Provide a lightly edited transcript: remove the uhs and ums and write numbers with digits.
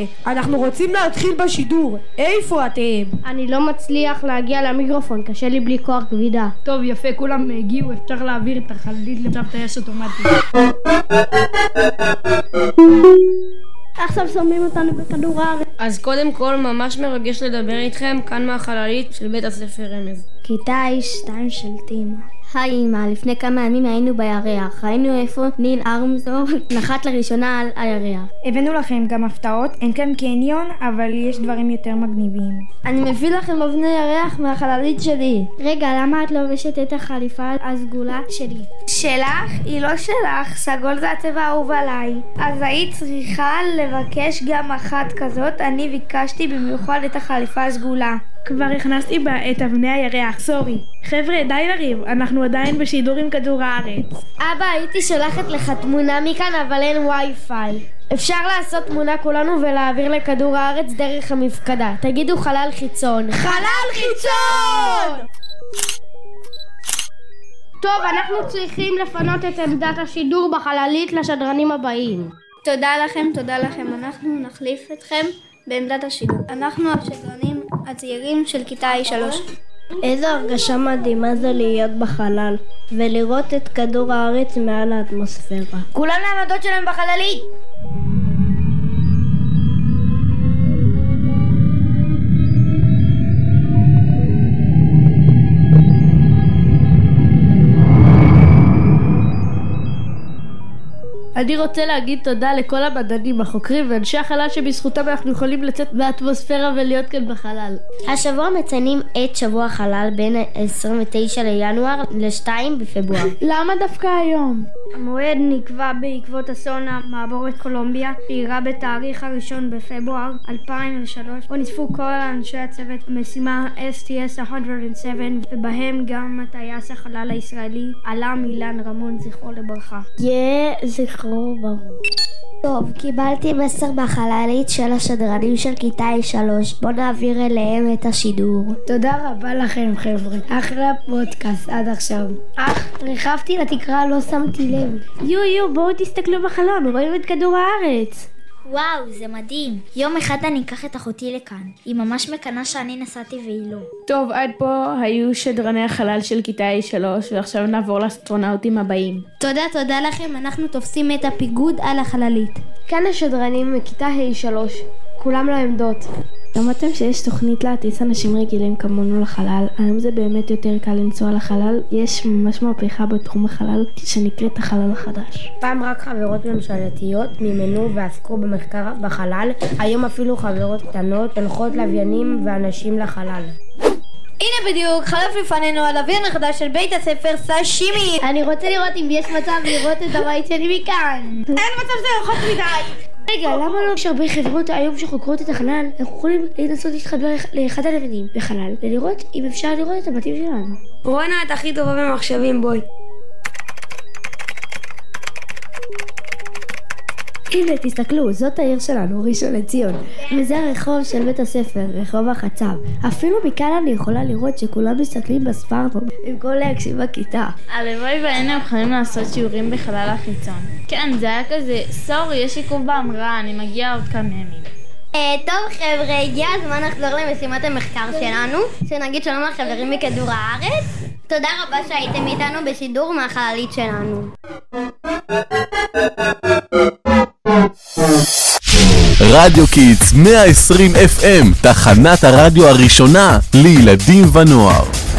אנחנו רוצים להתחיל בשידור. איפה אתם? אני לא מצליח להגיע למיקרופון, קשה לי בלי כוח כבידה. טוב, יפה, כולם הגיעו, אפשר להעביר את החללית למצב טייס אוטומטי. עכשיו שומעים אותנו בכדור הארץ. אז קודם כל ממש מרגש לדבר איתכם כאן מהחללית של בית הספר רמז. כיתה 2 של תימה. היי אמא, לפני כמה ימים היינו בירח, ראינו איפה ניל ארמסטרונג נחת לראשונה על הירח. הבאנו לכם גם הפתעות, אין כאן קניון, אבל יש דברים יותר מגניבים. אני מביא לכם אבני ירח מהחללית שלי. רגע, למה את לובשת את החליפה הסגולה שלי? שלך? היא לא שלך, סגול זה הצבע האהוב עליי. אז היית צריכה לבקש גם אחת כזאת, אני ביקשתי במיוחד את החליפה הסגולה. כבר הכנסתי בה את אבני הירח, סורי. חבר'ה, די לריב, אנחנו עדיין בשידור עם כדור הארץ. אבא, הייתי שולחת לך תמונה מכאן, אבל אין וי-פיי. אפשר לעשות תמונה כולנו ולהעביר לכדור הארץ דרך המפקדה. תגידו חלל חיצון. חלל חיצון! טוב, אנחנו צריכים לפנות את עמדת השידור בחללית לשדרנים הבאים. תודה לכם, אנחנו נחליף אתכם בעמדת השידור. אנחנו השדרנים הצעירים של כיתה 3. איזו הרגשה מדהימה זה להיות בחלל ולראות את כדור הארץ מעל האטמוספירה. כולם לעמדות שלהם בחללית! אני רוצה להגיד תודה לכל המדענים, החוקרים ואנשי החלל שבזכותם אנחנו יכולים לצאת מהאטמוספירה ולהיות כאן בחלל. השבוע מציינים את שבוע החלל בין 29 לינואר ל-2 בפברואר. למה דווקא היום? המועד נקבע בעקבות אסון מעבורת קולומביה שאירע בתאריך 1 בפברואר 2003, בו נצפו כל אנשי הצוות משימה STS-107 ובהם גם הטייס החלל הישראלי אל"מ אילן רמון זכרו לברכה. זכרו ברור. טוב, קיבלתי מסר בחללית של השדרנים של כיתה 3. בוא נעביר אליהם את השידור. תודה רבה לכם חבר'ה, אחלה פודקאסט עד עכשיו. ריחפתי לתקרה, לא שמתי לב. בואו תסתכלו בחלון, רואים את כדור הארץ. וואו, זה מדהים. יום אחד אני אקח את אחותי לכאן. היא ממש מקנה שאני נסעתי והיא לא. טוב, עד פה היו שדרני החלל של כיתה 3, ועכשיו נעבור לאסטרונאוטים הבאים. תודה לכם, אנחנו תופסים את הפיגוד על החללית. כאן השדרנים מכיתה 3, כולם לעמדות. למדתם שיש תוכנית להטיס אנשים רגילים כמונו לחלל. היום זה באמת יותר קל לנסוע לחלל. יש ממש מהפכה בתחום החלל שנקראת החלל החדש. פעם רק חברות ממשלתיות מימנו ועסקו במחקר בחלל. היום אפילו חברות קטנות הולכות לוויינים ואנשים לחלל. הנה בדיוק, חלף לפנינו הלוויין החדש של בית הספר סשימי. אני רוצה לראות אם יש מצב לראות את הבית שלי מכאן. אין מצב, זה רחוק מדי. רגע, למה לא? יש הרבה חברות היום שחוקרות את החלל. אנחנו יכולים לנסות להתחבר לאחד הלוויינים בחלל ולראות אם אפשר לראות את הבתים שלנו. רונה, את הכי טובה במחשבים, בואי. הנה, תסתכלו, זאת העיר שלנו, ראשון לציון. וזה הרחוב של בית הספר, רחוב החצב. אפילו מכאן אני יכולה לראות שכולם מסתכלים בספרטפון, במקום להקשיב בכיתה. הלוואי והיינו יכולים לעשות שיעורים בחלל החיצון. כן, זה היה כזה, סורי, יש עיכוב בהמראה, אני מגיעה עוד כמה ימים. טוב חבר'ה, הגיע הזמן לחזור למשימת המחקר שלנו, שנגיד שלום לחברים מכדור הארץ. תודה רבה שהייתם איתנו בשידור מהחללית שלנו. רדיו קיטס 120 FM, תחנת הרדיו הראשונה לילדים ונוער.